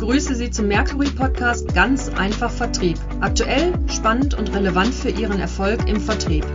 begrüße Sie zum Mercury Podcast Ganz einfach Vertrieb. Aktuell, spannend und relevant für Ihren Erfolg im Vertrieb.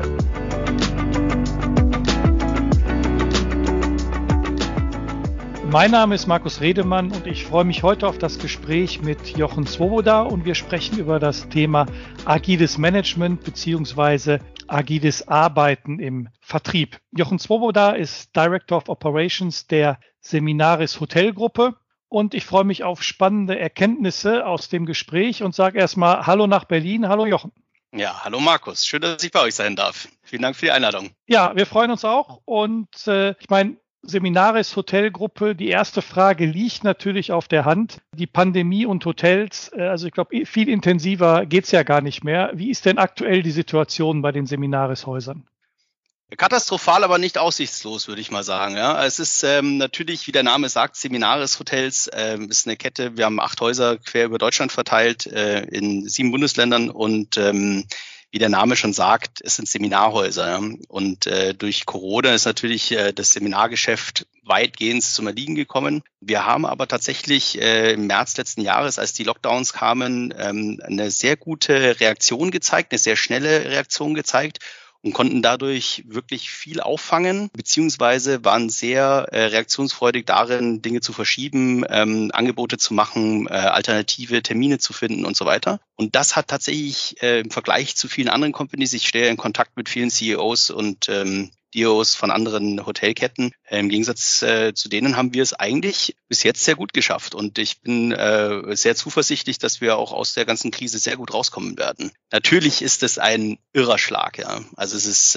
Mein Name ist Markus Redemann und ich freue mich heute auf das Gespräch mit Jochen Swoboda und wir sprechen über das Thema agiles Management bzw. agiles Arbeiten im Vertrieb. Jochen Swoboda ist Director of Operations der Seminaris Hotelgruppe und ich freue mich auf spannende Erkenntnisse aus dem Gespräch und sage erstmal Hallo nach Berlin. Hallo Jochen. Ja, hallo Markus. Schön, dass ich bei euch sein darf. Vielen Dank für die Einladung. Ja, wir freuen uns auch und ich meine, Seminaris Hotelgruppe, die erste Frage liegt natürlich auf der Hand. Die Pandemie und Hotels, also ich glaube, viel intensiver geht's ja gar nicht mehr. Wie ist denn aktuell die Situation bei den Seminaris-Häusern? Katastrophal, aber nicht aussichtslos, würde ich mal sagen. Ja, es ist natürlich, wie der Name sagt, Seminaris Hotels ist eine Kette. Wir haben 8 Häuser quer über Deutschland verteilt, in 7 Bundesländern und wie der Name schon sagt, es sind Seminarhäuser. Ja? Und durch Corona ist natürlich das Seminargeschäft weitgehend zum Erliegen gekommen. Wir haben aber tatsächlich im März letzten Jahres, als die Lockdowns kamen, eine sehr gute Reaktion gezeigt, eine sehr schnelle Reaktion gezeigt und konnten dadurch wirklich viel auffangen, beziehungsweise waren sehr reaktionsfreudig darin, Dinge zu verschieben, Angebote zu machen, alternative Termine zu finden und so weiter. Und das hat tatsächlich im Vergleich zu vielen anderen Companies, ich stehe in Kontakt mit vielen CEOs und DEOs von anderen Hotelketten. Im Gegensatz zu denen haben wir es eigentlich bis jetzt sehr gut geschafft. Und ich bin sehr zuversichtlich, dass wir auch aus der ganzen Krise sehr gut rauskommen werden. Natürlich ist es ein irrer Schlag. Ja. Also es ist,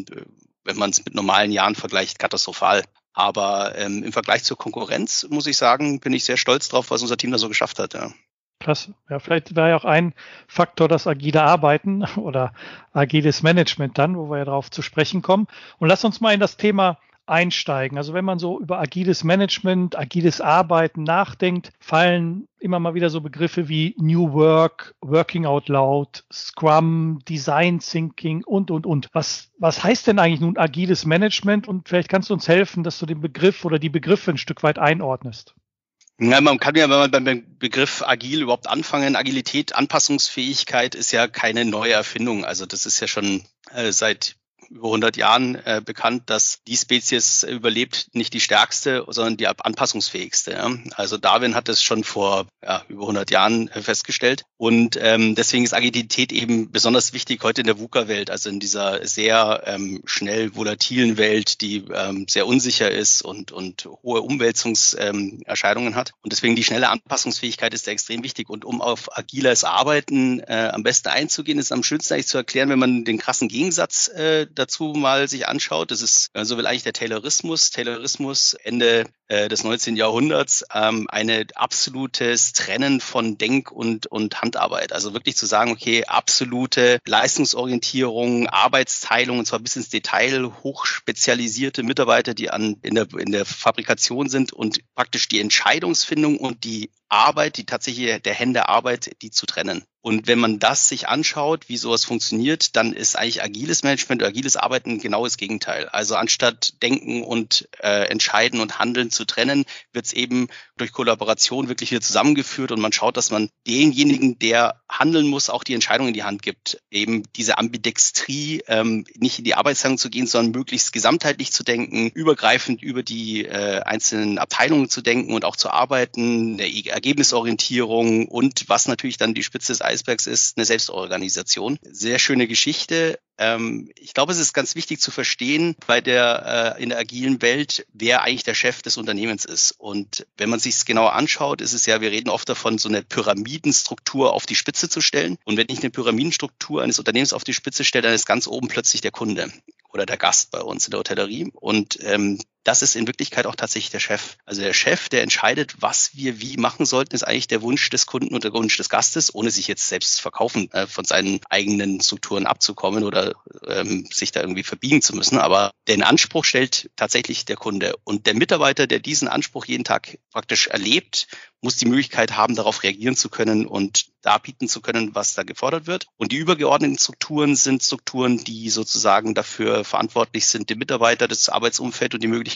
wenn man es mit normalen Jahren vergleicht, katastrophal. Aber im Vergleich zur Konkurrenz, muss ich sagen, bin ich sehr stolz drauf, was unser Team da so geschafft hat. Ja. Klasse. Ja, vielleicht wäre ja auch ein Faktor das agile Arbeiten oder agiles Management dann, wo wir ja darauf zu sprechen kommen. Und lass uns mal in das Thema einsteigen. Also wenn man so über agiles Management, agiles Arbeiten nachdenkt, fallen immer mal wieder so Begriffe wie New Work, Working Out Loud, Scrum, Design Thinking und. Was heißt denn eigentlich nun agiles Management? Und vielleicht kannst du uns helfen, dass du den Begriff oder die Begriffe ein Stück weit einordnest. Ja, man kann ja, wenn man beim Begriff agil überhaupt anfangen, Agilität, Anpassungsfähigkeit ist ja keine neue Erfindung. Also das ist ja schon seit über 100 Jahren bekannt, dass die Spezies überlebt nicht die stärkste, sondern die anpassungsfähigste. Ja. Also Darwin hat es schon vor über 100 Jahren festgestellt. Und deswegen ist Agilität eben besonders wichtig heute in der VUCA-Welt, also in dieser sehr schnell volatilen Welt, die sehr unsicher ist und hohe Umwälzungserscheinungen hat. Und deswegen die schnelle Anpassungsfähigkeit ist extrem wichtig. Und um auf agiles Arbeiten am besten einzugehen, ist am schönsten eigentlich zu erklären, wenn man den krassen Gegensatz dazu mal sich anschaut. Das ist, so will eigentlich der Taylorismus. Taylorismus Ende des 19. Jahrhunderts, eine absolutes Trennen von Denk- und Handarbeit. Also wirklich zu sagen, okay, absolute Leistungsorientierung, Arbeitsteilung, und zwar bis ins Detail, hochspezialisierte Mitarbeiter, die in der Fabrikation sind und praktisch die Entscheidungsfindung und die Arbeit, die tatsächliche der Hände Arbeit, die zu trennen. Und wenn man das sich anschaut, wie sowas funktioniert, dann ist eigentlich agiles Management oder agiles Arbeiten genau das Gegenteil. Also anstatt Denken und Entscheiden und Handeln zu trennen, wird es eben durch Kollaboration wirklich wieder zusammengeführt und man schaut, dass man denjenigen, der handeln muss, auch die Entscheidung in die Hand gibt. Eben diese Ambidextrie, nicht in die Arbeitsteilung zu gehen, sondern möglichst gesamtheitlich zu denken, übergreifend über die einzelnen Abteilungen zu denken und auch zu arbeiten, der Ergebnisorientierung und was natürlich dann die Spitze des Eisbergs ist, eine Selbstorganisation. Sehr schöne Geschichte. Ich glaube, es ist ganz wichtig zu verstehen in der agilen Welt, wer eigentlich der Chef des Unternehmens ist. Und wenn man sich es genauer anschaut, ist es ja, wir reden oft davon, so eine Pyramidenstruktur auf die Spitze zu stellen. Und wenn ich eine Pyramidenstruktur eines Unternehmens auf die Spitze stelle, dann ist ganz oben plötzlich der Kunde oder der Gast bei uns in der Hotellerie. Und das ist in Wirklichkeit auch tatsächlich der Chef. Also der Chef, der entscheidet, was wir wie machen sollten, ist eigentlich der Wunsch des Kunden und der Wunsch des Gastes, ohne sich jetzt selbst verkaufen, von seinen eigenen Strukturen abzukommen oder sich da irgendwie verbiegen zu müssen. Aber den Anspruch stellt tatsächlich der Kunde. Und der Mitarbeiter, der diesen Anspruch jeden Tag praktisch erlebt, muss die Möglichkeit haben, darauf reagieren zu können und darbieten zu können, was da gefordert wird. Und die übergeordneten Strukturen sind Strukturen, die sozusagen dafür verantwortlich sind, dem Mitarbeiter das Arbeitsumfeld und die Möglichkeit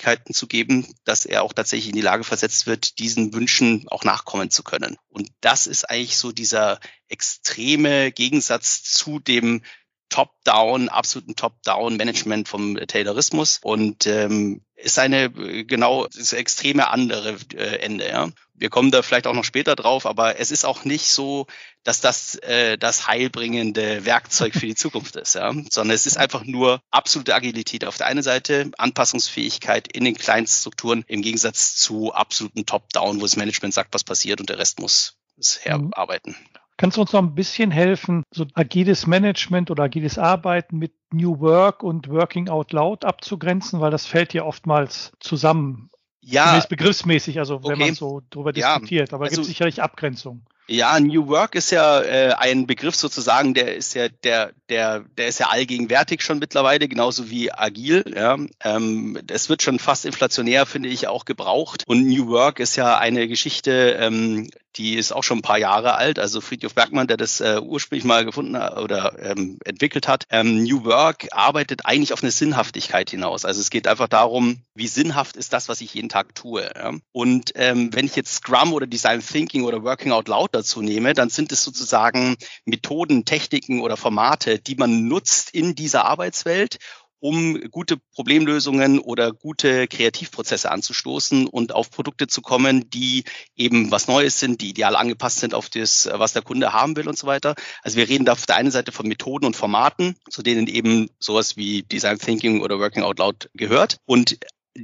Möglichkeiten zu geben, dass er auch tatsächlich in die Lage versetzt wird, diesen Wünschen auch nachkommen zu können. Und das ist eigentlich so dieser extreme Gegensatz zu dem absoluten Top-Down-Management vom Taylorismus und ist das extreme andere Ende. Ja. Wir kommen da vielleicht auch noch später drauf, aber es ist auch nicht so, dass das heilbringende Werkzeug für die Zukunft ist, ja, sondern es ist einfach nur absolute Agilität auf der einen Seite, Anpassungsfähigkeit in den kleinen Strukturen im Gegensatz zu absoluten Top-Down, wo das Management sagt, was passiert und der Rest muss es herarbeiten. Kannst du uns noch ein bisschen helfen, so agiles Management oder agiles Arbeiten mit New Work und Working Out Loud abzugrenzen, weil das fällt ja oftmals zusammen. Ja. Zumindest begriffsmäßig, also wenn man so drüber diskutiert, aber also, gibt es sicherlich Abgrenzungen. Ja, New Work ist ja ein Begriff sozusagen, der ist ja allgegenwärtig schon mittlerweile, genauso wie agil. Ja. Es wird schon fast inflationär, finde ich, auch gebraucht. Und New Work ist ja eine Geschichte, die ist auch schon ein paar Jahre alt. Also Frithjof Bergmann, der das ursprünglich mal gefunden hat oder entwickelt hat. New Work arbeitet eigentlich auf eine Sinnhaftigkeit hinaus. Also es geht einfach darum, wie sinnhaft ist das, was ich jeden Tag tue. Ja? Und wenn ich jetzt Scrum oder Design Thinking oder Working Out Loud dazu nehme, dann sind es sozusagen Methoden, Techniken oder Formate, die man nutzt in dieser Arbeitswelt, um gute Problemlösungen oder gute Kreativprozesse anzustoßen und auf Produkte zu kommen, die eben was Neues sind, die ideal angepasst sind auf das, was der Kunde haben will und so weiter. Also wir reden da auf der einen Seite von Methoden und Formaten, zu denen eben sowas wie Design Thinking oder Working Out Loud gehört. Und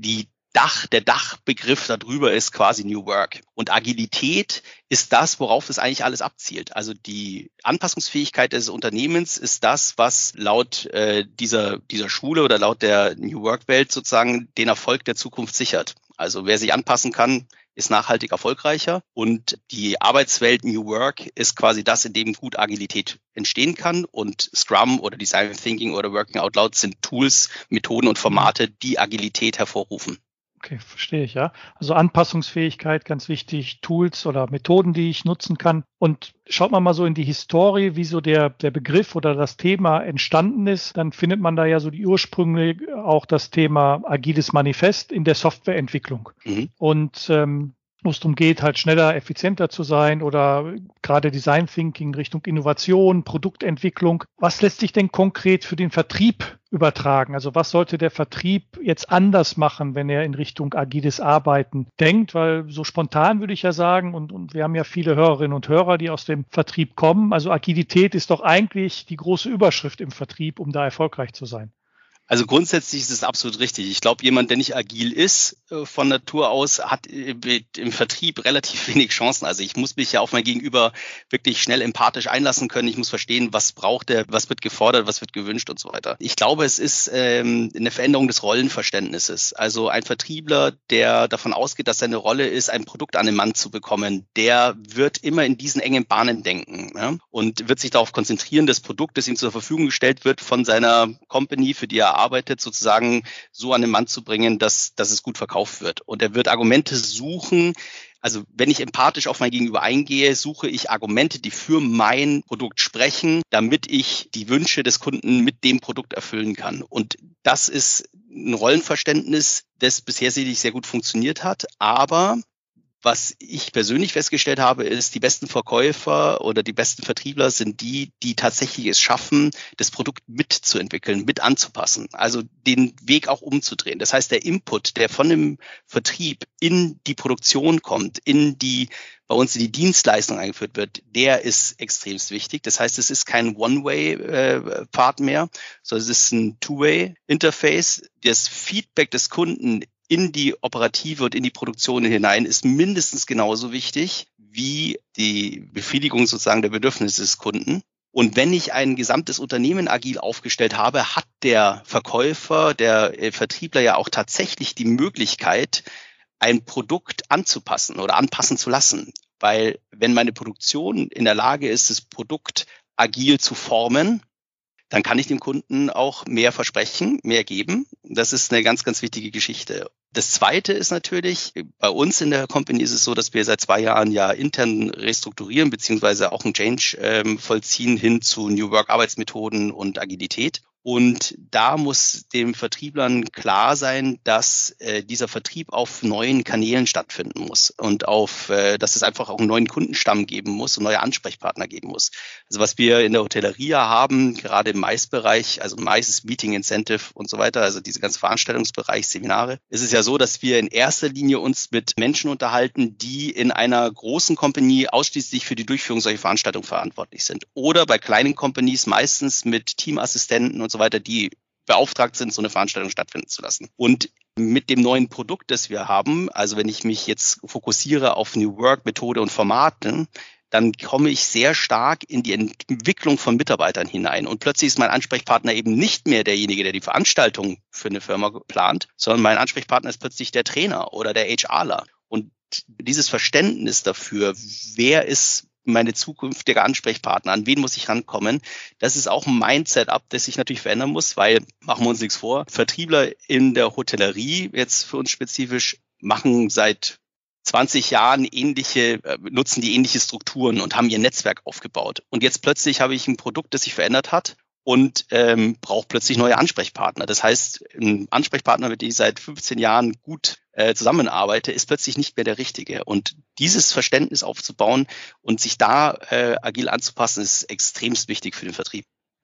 der Dachbegriff darüber ist quasi New Work. Und Agilität ist das, worauf es eigentlich alles abzielt. Also die Anpassungsfähigkeit des Unternehmens ist das, was laut dieser Schule oder laut der New Work-Welt sozusagen den Erfolg der Zukunft sichert. Also wer sich anpassen kann, ist nachhaltig erfolgreicher. Und die Arbeitswelt New Work ist quasi das, in dem gut Agilität entstehen kann. Und Scrum oder Design Thinking oder Working Out Loud sind Tools, Methoden und Formate, die Agilität hervorrufen. Okay, verstehe ich, ja. Also Anpassungsfähigkeit, ganz wichtig, Tools oder Methoden, die ich nutzen kann. Und schaut man mal so in die Historie, wie so der Begriff oder das Thema entstanden ist, dann findet man da ja so die Ursprünge auch das Thema agiles Manifest in der Softwareentwicklung. Und wo es darum geht, halt schneller, effizienter zu sein oder gerade Design Thinking Richtung Innovation, Produktentwicklung. Was lässt sich denn konkret für den Vertrieb übertragen? Also was sollte der Vertrieb jetzt anders machen, wenn er in Richtung agiles Arbeiten denkt? Weil so spontan würde ich ja sagen, und wir haben ja viele Hörerinnen und Hörer, die aus dem Vertrieb kommen. Also Agilität ist doch eigentlich die große Überschrift im Vertrieb, um da erfolgreich zu sein. Also grundsätzlich ist es absolut richtig. Ich glaube, jemand, der nicht agil ist von Natur aus, hat im Vertrieb relativ wenig Chancen. Also ich muss mich ja auf mein Gegenüber wirklich schnell empathisch einlassen können. Ich muss verstehen, was braucht er, was wird gefordert, was wird gewünscht und so weiter. Ich glaube, es ist eine Veränderung des Rollenverständnisses. Also ein Vertriebler, der davon ausgeht, dass seine Rolle ist, ein Produkt an den Mann zu bekommen, der wird immer in diesen engen Bahnen denken, ja? Und wird sich darauf konzentrieren, das Produkt, das ihm zur Verfügung gestellt wird von seiner Company, für die er arbeitet, sozusagen so an den Mann zu bringen, dass es gut verkauft wird. Und er wird Argumente suchen. Also wenn ich empathisch auf mein Gegenüber eingehe, suche ich Argumente, die für mein Produkt sprechen, damit ich die Wünsche des Kunden mit dem Produkt erfüllen kann. Und das ist ein Rollenverständnis, das bisher sicherlich sehr gut funktioniert hat. Aber was ich persönlich festgestellt habe, ist, die besten Verkäufer oder die besten Vertriebler sind die tatsächlich es schaffen, das Produkt mitzuentwickeln, mit anzupassen, also den Weg auch umzudrehen. Das heißt, der Input, der von dem Vertrieb in die Produktion kommt, bei uns in die Dienstleistung eingeführt wird, der ist extremst wichtig. Das heißt, es ist kein One-Way-Part mehr, sondern es ist ein Two-Way-Interface. Das Feedback des Kunden in die Operative und in die Produktion hinein ist mindestens genauso wichtig wie die Befriedigung sozusagen der Bedürfnisse des Kunden. Und wenn ich ein gesamtes Unternehmen agil aufgestellt habe, hat der Verkäufer, der Vertriebler ja auch tatsächlich die Möglichkeit, ein Produkt anzupassen oder anpassen zu lassen. Weil wenn meine Produktion in der Lage ist, das Produkt agil zu formen, dann kann ich dem Kunden auch mehr versprechen, mehr geben. Das ist eine ganz, ganz wichtige Geschichte. Das Zweite ist natürlich, bei uns in der Company ist es so, dass wir seit 2 Jahren ja intern restrukturieren, beziehungsweise auch einen Change vollziehen hin zu New Work Arbeitsmethoden und Agilität. Und da muss dem Vertrieblern klar sein, dass dieser Vertrieb auf neuen Kanälen stattfinden muss und dass es einfach auch einen neuen Kundenstamm geben muss und neue Ansprechpartner geben muss. Also was wir in der Hotellerie haben, gerade im MICE-Bereich, also MICE ist Meeting Incentive und so weiter, also diese ganzen Veranstaltungsbereich, Seminare, ist es ja so, dass wir in erster Linie uns mit Menschen unterhalten, die in einer großen Company ausschließlich für die Durchführung solcher Veranstaltungen verantwortlich sind. Oder bei kleinen Companies meistens mit Teamassistenten und so weiter, die beauftragt sind, so eine Veranstaltung stattfinden zu lassen. Und mit dem neuen Produkt, das wir haben, also wenn ich mich jetzt fokussiere auf New Work, Methode und Formaten, dann komme ich sehr stark in die Entwicklung von Mitarbeitern hinein. Und plötzlich ist mein Ansprechpartner eben nicht mehr derjenige, der die Veranstaltung für eine Firma plant, sondern mein Ansprechpartner ist plötzlich der Trainer oder der HRler. Und dieses Verständnis dafür, wer ist meine zukünftige Ansprechpartner, an wen muss ich rankommen, das ist auch ein Mindset-up, das sich natürlich verändern muss, weil, machen wir uns nichts vor, Vertriebler in der Hotellerie, jetzt für uns spezifisch, machen seit 20 Jahren nutzen die ähnliche Strukturen und haben ihr Netzwerk aufgebaut. Und jetzt plötzlich habe ich ein Produkt, das sich verändert hat und braucht plötzlich neue Ansprechpartner. Das heißt, ein Ansprechpartner, mit dem ich seit 15 Jahren gut zusammenarbeite, ist plötzlich nicht mehr der richtige. Und dieses Verständnis aufzubauen und sich da agil anzupassen, ist extremst wichtig für den Vertrieb.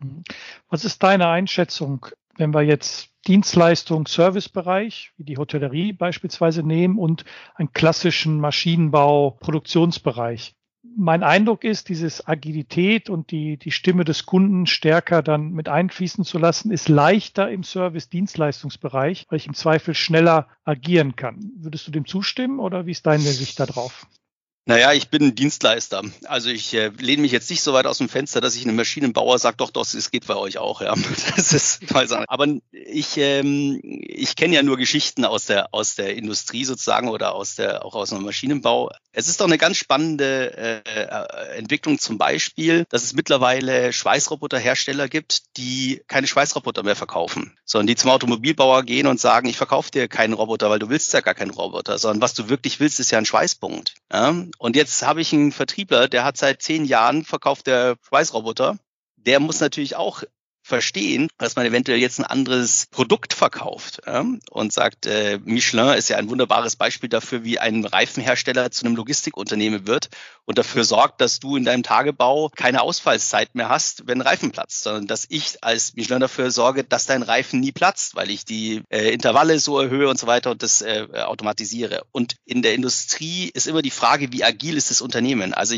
Was ist deine Einschätzung, wenn wir jetzt Dienstleistung, Servicebereich, wie die Hotellerie beispielsweise nehmen und einen klassischen Maschinenbau, Produktionsbereich? Mein Eindruck ist, dieses Agilität und die Stimme des Kunden stärker dann mit einfließen zu lassen, ist leichter im Service-Dienstleistungsbereich, weil ich im Zweifel schneller agieren kann. Würdest du dem zustimmen oder wie ist deine Sicht da drauf? Naja, ich bin ein Dienstleister. Also ich lehne mich jetzt nicht so weit aus dem Fenster, dass ich einem Maschinenbauer sage, doch, es geht bei euch auch. Ja, das ist aber ich kenne ja nur Geschichten aus der Industrie sozusagen oder auch aus dem Maschinenbau. Es ist doch eine ganz spannende Entwicklung zum Beispiel, dass es mittlerweile Schweißroboterhersteller gibt, die keine Schweißroboter mehr verkaufen, sondern die zum Automobilbauer gehen und sagen, ich verkaufe dir keinen Roboter, weil du willst ja gar keinen Roboter, sondern was du wirklich willst, ist ja ein Schweißpunkt. Ja? Und jetzt habe ich einen Vertriebler, der hat seit 10 Jahren verkauft der Schweißroboter. Der muss natürlich auch verstehen, dass man eventuell jetzt ein anderes Produkt verkauft und sagt, Michelin ist ja ein wunderbares Beispiel dafür, wie ein Reifenhersteller zu einem Logistikunternehmen wird und dafür sorgt, dass du in deinem Tagebau keine Ausfallszeit mehr hast, wenn ein Reifen platzt, sondern dass ich als Michelin dafür sorge, dass dein Reifen nie platzt, weil ich die Intervalle so erhöhe und so weiter und das automatisiere. Und in der Industrie ist immer die Frage, wie agil ist das Unternehmen? Also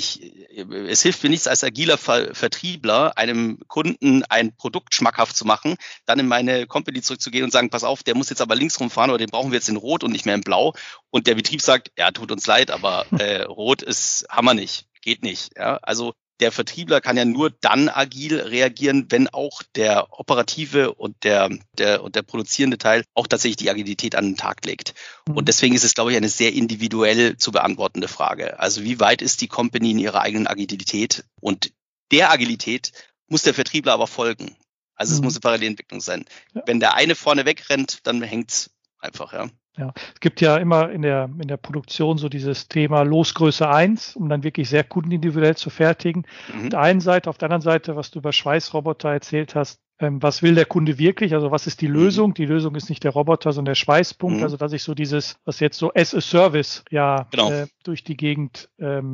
es hilft mir nichts als agiler Vertriebler, einem Kunden ein Produkt schmackhaft zu machen, dann in meine Company zurückzugehen und sagen, pass auf, der muss jetzt aber links rumfahren oder den brauchen wir jetzt in Rot und nicht mehr in Blau. Und der Betrieb sagt, ja, tut uns leid, aber Rot haben wir nicht, geht nicht. Ja? Also der Vertriebler kann ja nur dann agil reagieren, wenn auch der operative und der produzierende Teil auch tatsächlich die Agilität an den Tag legt. Und deswegen ist es, glaube ich, eine sehr individuell zu beantwortende Frage. Also wie weit ist die Company in ihrer eigenen Agilität? Und der Agilität muss der Vertriebler aber folgen. Also es muss eine Parallelentwicklung sein. Ja. Wenn der eine vorne wegrennt, dann hängt's einfach, ja. Ja, es gibt ja immer in der Produktion so dieses Thema Losgröße 1, um dann wirklich sehr kundenindividuell zu fertigen. Auf der einen Seite, auf der anderen Seite, was du über Schweißroboter erzählt hast, was will der Kunde wirklich? Also was ist die Lösung? Die Lösung ist nicht der Roboter, sondern der Schweißpunkt. Also dass ich so dieses, was jetzt so as a Service durch die Gegend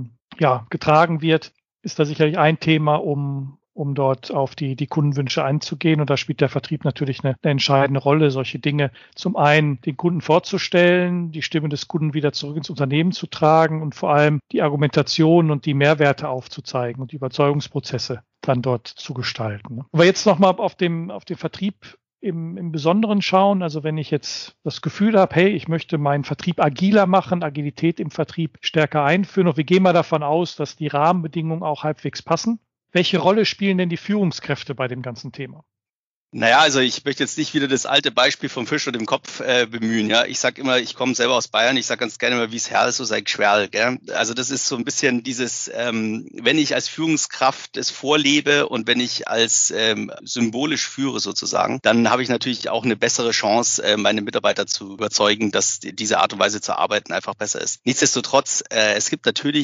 getragen wird, ist da sicherlich ein Thema, um dort auf die Kundenwünsche einzugehen. Und da spielt der Vertrieb natürlich eine entscheidende Rolle, solche Dinge zum einen den Kunden vorzustellen, die Stimme des Kunden wieder zurück ins Unternehmen zu tragen und vor allem die Argumentation und die Mehrwerte aufzuzeigen und die Überzeugungsprozesse dann dort zu gestalten. Aber jetzt nochmal auf den Vertrieb im Besonderen schauen. Also wenn ich jetzt das Gefühl habe, hey, ich möchte meinen Vertrieb agiler machen, Agilität im Vertrieb stärker einführen und wir gehen mal davon aus, dass die Rahmenbedingungen auch halbwegs passen. Welche Rolle spielen denn die Führungskräfte bei dem ganzen Thema? Naja, also ich möchte jetzt nicht wieder das alte Beispiel vom Fisch und dem Kopf bemühen. Ja, ich sage immer, ich komme selber aus Bayern. Ich sage ganz gerne mal, wie es Herr ist, so sei Gschwerl. Gell? Also das ist so ein bisschen dieses, wenn ich als Führungskraft es vorlebe und wenn ich als symbolisch führe sozusagen, dann habe ich natürlich auch eine bessere Chance, meine Mitarbeiter zu überzeugen, dass diese Art und Weise zu arbeiten einfach besser ist. Nichtsdestotrotz, es gibt natürlich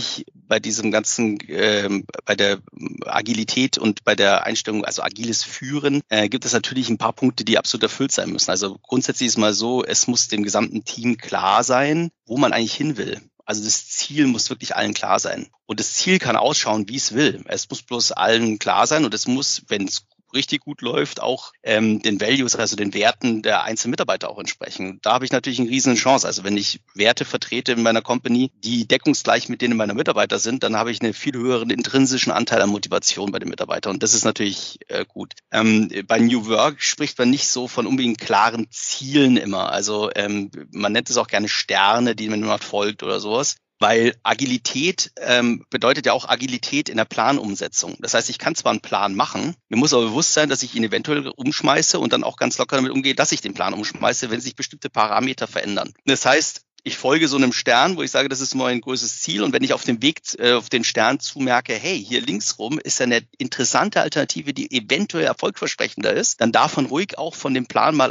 bei diesem ganzen, bei der Agilität und bei der Einstellung, also agiles Führen, gibt es natürlich ein paar Punkte, die absolut erfüllt sein müssen. Also grundsätzlich ist mal so, es muss dem gesamten Team klar sein, wo man eigentlich hin will. Also das Ziel muss wirklich allen klar sein. Und das Ziel kann ausschauen, wie es will. Es muss bloß allen klar sein und es muss, wenn es richtig gut läuft, auch den Values, also den Werten der einzelnen Mitarbeiter auch entsprechen. Da habe ich natürlich eine riesen Chance. Also wenn ich Werte vertrete in meiner Company, die deckungsgleich mit denen meiner Mitarbeiter sind, dann habe ich einen viel höheren intrinsischen Anteil an Motivation bei den Mitarbeitern. Und das ist natürlich gut. Bei New Work spricht man nicht so von unbedingt klaren Zielen immer. Also man nennt es auch gerne Sterne, die man immer folgt oder sowas. Weil Agilität bedeutet ja auch Agilität in der Planumsetzung. Das heißt, ich kann zwar einen Plan machen, mir muss aber bewusst sein, dass ich ihn eventuell umschmeiße und dann auch ganz locker damit umgehe, dass ich den Plan umschmeiße, wenn sich bestimmte Parameter verändern. Das heißt, ich folge so einem Stern, wo ich sage, das ist mein größtes Ziel. Und wenn ich auf dem Weg auf den Stern zumerke, hey, hier links rum ist ja eine interessante Alternative, die eventuell erfolgversprechender ist, dann davon ruhig auch von dem Plan mal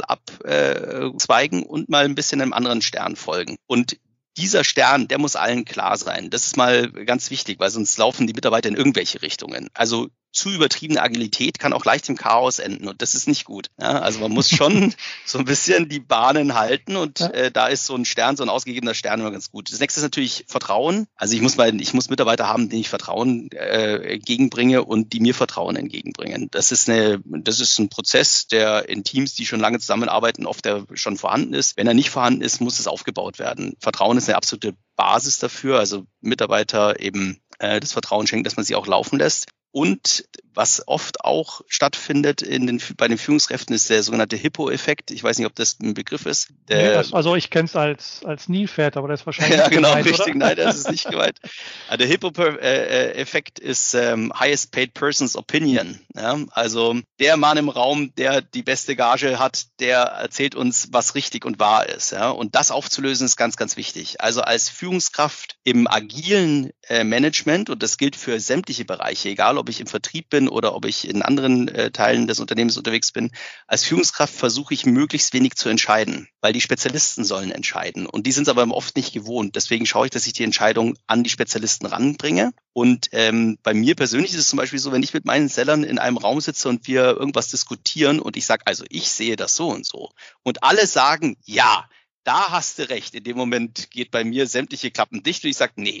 abzweigen und mal ein bisschen einem anderen Stern folgen. Und dieser Stern, der muss allen klar sein. Das ist mal ganz wichtig, weil sonst laufen die Mitarbeiter in irgendwelche Richtungen. Also zu übertriebene Agilität kann auch leicht im Chaos enden und das ist nicht gut. Ja, also man muss schon so ein bisschen die Bahnen halten und da ist so ein Stern, so ein ausgegebener Stern immer ganz gut. Das nächste ist natürlich Vertrauen. Also ich muss Mitarbeiter haben, denen ich Vertrauen entgegenbringe und die mir Vertrauen entgegenbringen. Das ist ein Prozess, der in Teams, die schon lange zusammenarbeiten, oft schon vorhanden ist. Wenn er nicht vorhanden ist, muss es aufgebaut werden. Vertrauen ist eine absolute Basis dafür. Also Mitarbeiter eben das Vertrauen schenken, dass man sie auch laufen lässt. Und was oft auch stattfindet bei den Führungskräften, ist der sogenannte Hippo-Effekt. Ich weiß nicht, ob das ein Begriff ist. Also ich kenne es als Nilpferd, aber das ist wahrscheinlich ja, genau, gemeint, richtig. Oder? Nein, das ist nicht gemeint. Der Hippo-Effekt ist highest paid person's opinion. Ja? Also der Mann im Raum, der die beste Gage hat, der erzählt uns, was richtig und wahr ist. Ja? Und das aufzulösen ist ganz, ganz wichtig. Also als Führungskraft im agilen Management, und das gilt für sämtliche Bereiche, egal ob ich im Vertrieb bin oder ob ich in anderen Teilen des Unternehmens unterwegs bin, als Führungskraft versuche ich möglichst wenig zu entscheiden, weil die Spezialisten sollen entscheiden. Und die sind es aber oft nicht gewohnt. Deswegen schaue ich, dass ich die Entscheidung an die Spezialisten ranbringe. Und bei mir persönlich ist es zum Beispiel so, wenn ich mit meinen Sellern in einem Raum sitze und wir irgendwas diskutieren und ich sage, also ich sehe das so und so. Und alle sagen, ja, da hast du recht. In dem Moment geht bei mir sämtliche Klappen dicht und ich sage, nee.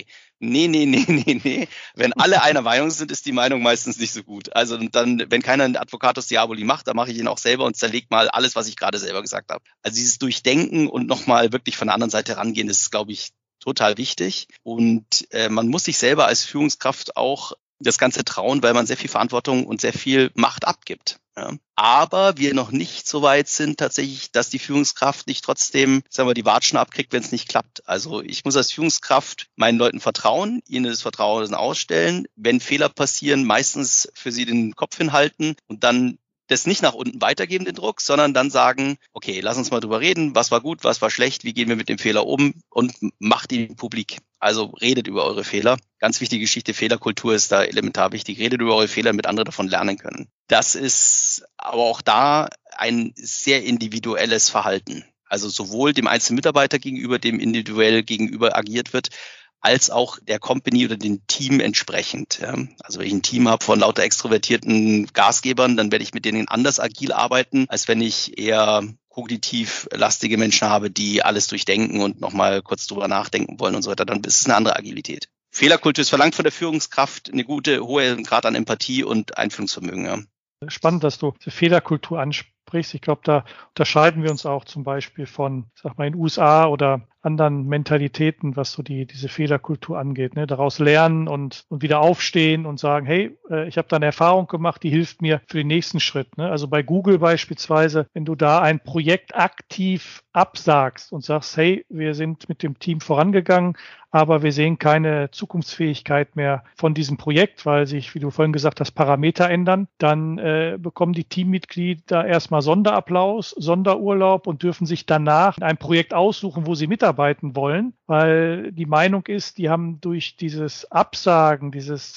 Wenn alle einer Meinung sind, ist die Meinung meistens nicht so gut. Also dann, wenn keiner einen Advocatus Diaboli macht, dann mache ich ihn auch selber und zerlege mal alles, was ich gerade selber gesagt habe. Also dieses Durchdenken und nochmal wirklich von der anderen Seite rangehen, ist, glaube ich, total wichtig. Und man muss sich selber als Führungskraft auch das Ganze trauen, weil man sehr viel Verantwortung und sehr viel Macht abgibt. Ja. Aber wir noch nicht so weit sind tatsächlich, dass die Führungskraft nicht trotzdem, sagen wir, die Watschen abkriegt, wenn es nicht klappt. Also ich muss als Führungskraft meinen Leuten vertrauen, ihnen das Vertrauen ausstellen. Wenn Fehler passieren, meistens für sie den Kopf hinhalten und dann das nicht nach unten weitergeben, den Druck, sondern dann sagen, okay, lass uns mal drüber reden, was war gut, was war schlecht, wie gehen wir mit dem Fehler um und macht ihn publik. Also redet über eure Fehler. Ganz wichtige Geschichte, Fehlerkultur ist da elementar wichtig. Redet über eure Fehler, damit andere davon lernen können. Das ist aber auch da ein sehr individuelles Verhalten. Also sowohl dem einzelnen Mitarbeiter gegenüber, dem individuell gegenüber agiert wird, als auch der Company oder dem Team entsprechend. Ja. Also wenn ich ein Team habe von lauter extrovertierten Gasgebern, dann werde ich mit denen anders agil arbeiten, als wenn ich eher kognitiv lastige Menschen habe, die alles durchdenken und nochmal kurz drüber nachdenken wollen und so weiter. Dann ist es eine andere Agilität. Fehlerkultur ist verlangt von der Führungskraft eine gute, hohe Grad an Empathie und Einfühlungsvermögen. Ja. Spannend, dass du die Fehlerkultur ansprichst. Ich glaube, da unterscheiden wir uns auch zum Beispiel von, sag mal, in den USA oder anderen Mentalitäten, was so diese Fehlerkultur angeht. Ne? Daraus lernen und wieder aufstehen und sagen, hey, ich habe da eine Erfahrung gemacht, die hilft mir für den nächsten Schritt. Ne? Also bei Google beispielsweise, wenn du da ein Projekt aktiv absagst und sagst, hey, wir sind mit dem Team vorangegangen, aber wir sehen keine Zukunftsfähigkeit mehr von diesem Projekt, weil sich, wie du vorhin gesagt hast, Parameter ändern, dann bekommen die Teammitglieder erstmal Sonderapplaus, Sonderurlaub und dürfen sich danach ein Projekt aussuchen, wo sie mitarbeiten wollen, weil die Meinung ist, die haben durch dieses Absagen,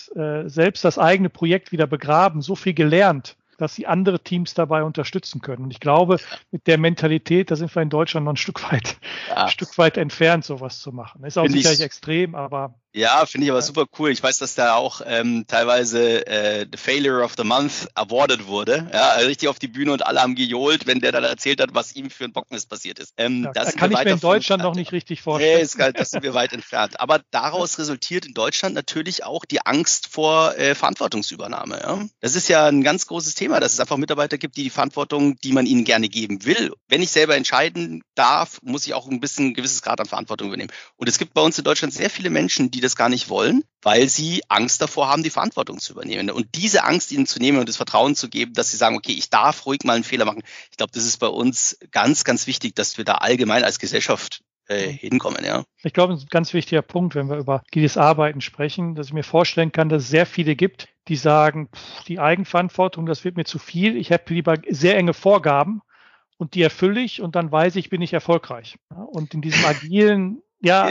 selbst das eigene Projekt wieder begraben, so viel gelernt, dass sie andere Teams dabei unterstützen können. Und ich glaube, mit der Mentalität, da sind wir in Deutschland noch ein Stück weit entfernt, sowas zu machen. Ist auch sicherlich extrem, aber Ja, finde ich aber super cool. Ich weiß, dass da auch teilweise The Failure of the Month awarded wurde. Ja, also richtig auf die Bühne und alle haben gejohlt, wenn der dann erzählt hat, was ihm für ein Bockmist passiert ist. Da kann ich mir in Deutschland noch nicht richtig vorstellen. Nee, das sind wir weit entfernt. Aber daraus resultiert in Deutschland natürlich auch die Angst vor Verantwortungsübernahme. Ja? Das ist ja ein ganz großes Thema, dass es einfach Mitarbeiter gibt, die Verantwortung, die man ihnen gerne geben will. Wenn ich selber entscheiden darf, muss ich auch ein gewisses Grad an Verantwortung übernehmen. Und es gibt bei uns in Deutschland sehr viele Menschen, die das gar nicht wollen, weil sie Angst davor haben, die Verantwortung zu übernehmen. Und diese Angst ihnen zu nehmen und das Vertrauen zu geben, dass sie sagen, okay, ich darf ruhig mal einen Fehler machen. Ich glaube, das ist bei uns ganz, ganz wichtig, dass wir da allgemein als Gesellschaft hinkommen, ja. Ich glaube, das ist ein ganz wichtiger Punkt, wenn wir über agiles Arbeiten sprechen, dass ich mir vorstellen kann, dass es sehr viele gibt, die sagen, die Eigenverantwortung, das wird mir zu viel. Ich habe lieber sehr enge Vorgaben und die erfülle ich und dann weiß ich, bin ich erfolgreich. Und in diesem agilen,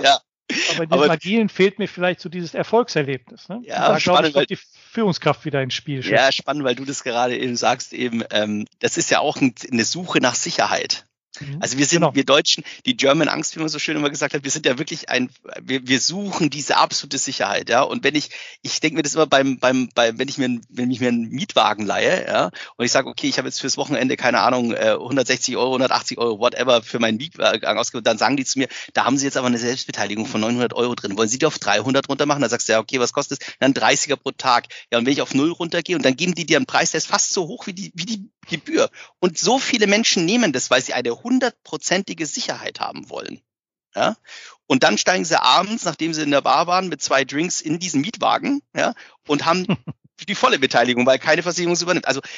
aber in diesem Agilen fehlt mir vielleicht so dieses Erfolgserlebnis. Ne? Ja, da glaube ich, kommt die Führungskraft wieder ins Spiel. Ja, spannend, weil du das gerade eben sagst, das ist ja auch eine Suche nach Sicherheit. Also wir Deutschen, die German Angst, wie man so schön immer gesagt hat, wir sind ja wirklich wir suchen diese absolute Sicherheit, ja. Und wenn ich denke mir das immer wenn ich mir einen Mietwagen leihe, ja, und ich sage, okay, ich habe jetzt fürs Wochenende, keine Ahnung, 160 Euro, 180 Euro, whatever, für meinen Mietwagen ausgegeben, dann sagen die zu mir, da haben sie jetzt aber eine Selbstbeteiligung von 900 Euro drin. Wollen sie die auf 300 runter machen? Dann sagst du, ja, okay, was kostet es? Dann 30er pro Tag. Ja, und wenn ich auf 0 runtergehe und dann geben die dir einen Preis, der ist fast so hoch wie die Gebühr. Und so viele Menschen nehmen das, weil sie eine 100%ige Sicherheit haben wollen. Ja? Und dann steigen sie abends, nachdem sie in der Bar waren, mit 2 Drinks in diesen Mietwagen, ja, und haben die volle Beteiligung, weil keine Versicherung es übernimmt. Also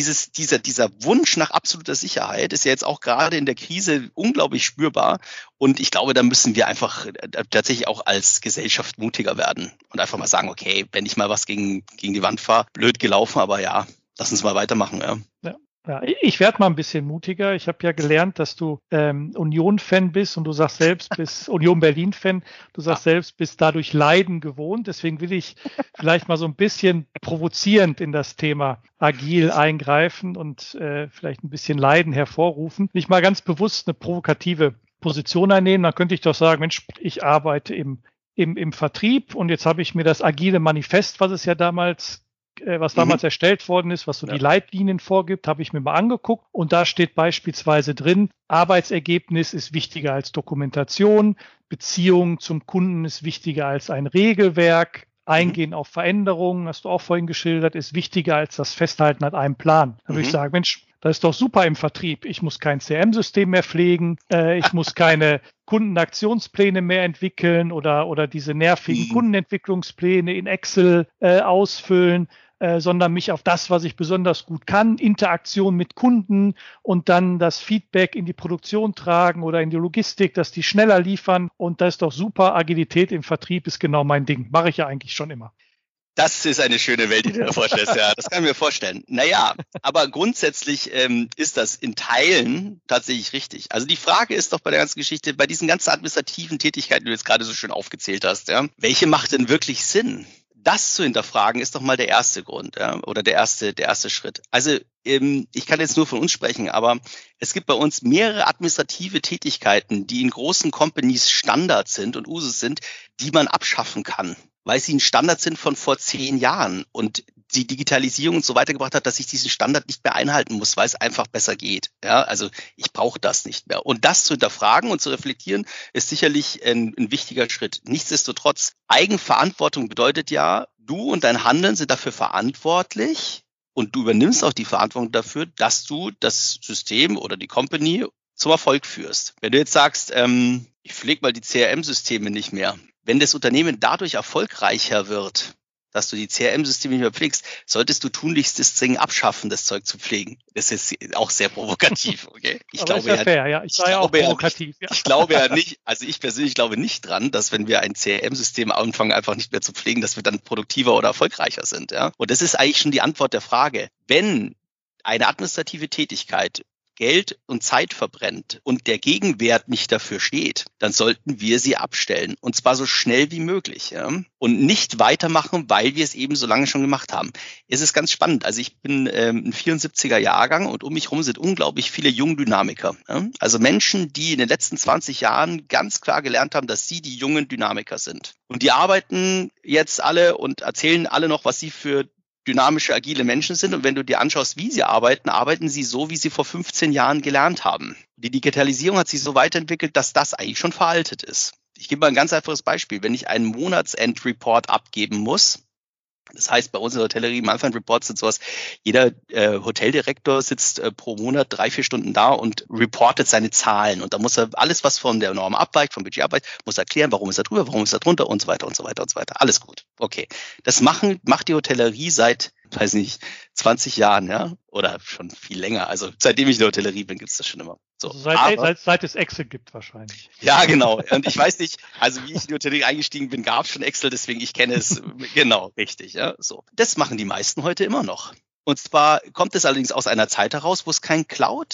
dieser Wunsch nach absoluter Sicherheit ist ja jetzt auch gerade in der Krise unglaublich spürbar. Und ich glaube, da müssen wir einfach tatsächlich auch als Gesellschaft mutiger werden und einfach mal sagen, okay, wenn ich mal was gegen die Wand fahre, blöd gelaufen, aber ja, lass uns mal weitermachen, ja. Ja, ich werde mal ein bisschen mutiger. Ich habe ja gelernt, dass du Union-Fan bist und du sagst selbst, bist Union Berlin-Fan. Du sagst selbst, bist dadurch Leiden gewohnt. Deswegen will ich vielleicht mal so ein bisschen provozierend in das Thema agil eingreifen und vielleicht ein bisschen Leiden hervorrufen. Nicht mal ganz bewusst eine provokative Position einnehmen. Dann könnte ich doch sagen, Mensch, ich arbeite im Vertrieb und jetzt habe ich mir das agile Manifest, was damals erstellt worden ist, was so die Leitlinien vorgibt, habe ich mir mal angeguckt. Und da steht beispielsweise drin, Arbeitsergebnis ist wichtiger als Dokumentation, Beziehung zum Kunden ist wichtiger als ein Regelwerk, Eingehen auf Veränderungen, hast du auch vorhin geschildert, ist wichtiger als das Festhalten an einem Plan. Da würde ich sagen, Mensch, das ist doch super im Vertrieb. Ich muss kein CRM-System mehr pflegen, ich muss keine Kundenaktionspläne mehr entwickeln oder diese nervigen Kundenentwicklungspläne in Excel ausfüllen, sondern mich auf das, was ich besonders gut kann, Interaktion mit Kunden und dann das Feedback in die Produktion tragen oder in die Logistik, dass die schneller liefern. Und das ist doch super. Agilität im Vertrieb ist genau mein Ding. Mache ich ja eigentlich schon immer. Das ist eine schöne Welt, die du dir vorstellst. Ja, das kann ich mir vorstellen. Naja, aber grundsätzlich ist das in Teilen tatsächlich richtig. Also die Frage ist doch bei der ganzen Geschichte, bei diesen ganzen administrativen Tätigkeiten, die du jetzt gerade so schön aufgezählt hast, ja, welche macht denn wirklich Sinn? Das zu hinterfragen ist doch mal der erste Grund, ja, oder der erste Schritt. Also ich kann jetzt nur von uns sprechen, aber es gibt bei uns mehrere administrative Tätigkeiten, die in großen Companies Standard sind und Usus sind, die man abschaffen kann, weil sie ein Standard sind von vor 10 Jahren und die Digitalisierung und so weitergebracht hat, dass ich diesen Standard nicht mehr einhalten muss, weil es einfach besser geht. Ja, also ich brauche das nicht mehr. Und das zu hinterfragen und zu reflektieren, ist sicherlich ein wichtiger Schritt. Nichtsdestotrotz, Eigenverantwortung bedeutet ja, du und dein Handeln sind dafür verantwortlich und du übernimmst auch die Verantwortung dafür, dass du das System oder die Company zum Erfolg führst. Wenn du jetzt sagst, ich pflege mal die CRM-Systeme nicht mehr, wenn das Unternehmen dadurch erfolgreicher wird, dass du die CRM-Systeme nicht mehr pflegst, solltest du tunlichst das Ding abschaffen, das Zeug zu pflegen. Das ist auch sehr provokativ, okay? Ich glaube ja nicht, also ich persönlich glaube nicht dran, dass wenn wir ein CRM-System anfangen, einfach nicht mehr zu pflegen, dass wir dann produktiver oder erfolgreicher sind, ja? Und das ist eigentlich schon die Antwort der Frage. Wenn eine administrative Tätigkeit Geld und Zeit verbrennt und der Gegenwert nicht dafür steht, dann sollten wir sie abstellen. Und zwar so schnell wie möglich. Ja? Und nicht weitermachen, weil wir es eben so lange schon gemacht haben. Es ist ganz spannend. Also ich bin ein 74er Jahrgang und um mich herum sind unglaublich viele Jungdynamiker. Ja? Also Menschen, die in den letzten 20 Jahren ganz klar gelernt haben, dass sie die jungen Dynamiker sind. Und die arbeiten jetzt alle und erzählen alle noch, was sie für dynamische, agile Menschen sind. Und wenn du dir anschaust, wie sie arbeiten, arbeiten sie so, wie sie vor 15 Jahren gelernt haben. Die Digitalisierung hat sich so weiterentwickelt, dass das eigentlich schon veraltet ist. Ich gebe mal ein ganz einfaches Beispiel. Wenn ich einen Monatsend-Report abgeben muss, das heißt, bei uns in der Hotellerie, im Month-End-Report sind sowas, jeder Hoteldirektor sitzt pro Monat 3-4 Stunden da und reportet seine Zahlen. Und da muss er alles, was von der Norm abweicht, vom Budget abweicht, muss erklären, warum ist er drüber, warum ist er drunter und so weiter und so weiter und so weiter. Alles gut. Okay. Das macht die Hotellerie seit, weiß nicht, 20 Jahren, ja, oder schon viel länger. Also seitdem ich in der Hotellerie bin, gibt's das schon immer. So. Also seit es Excel gibt wahrscheinlich. Ja, genau. Und ich weiß nicht, also wie ich in die Hotellerie eingestiegen bin, gab es schon Excel, deswegen ich kenne es genau, richtig. Ja, so. Das machen die meisten heute immer noch. Und zwar kommt es allerdings aus einer Zeit heraus, wo es keine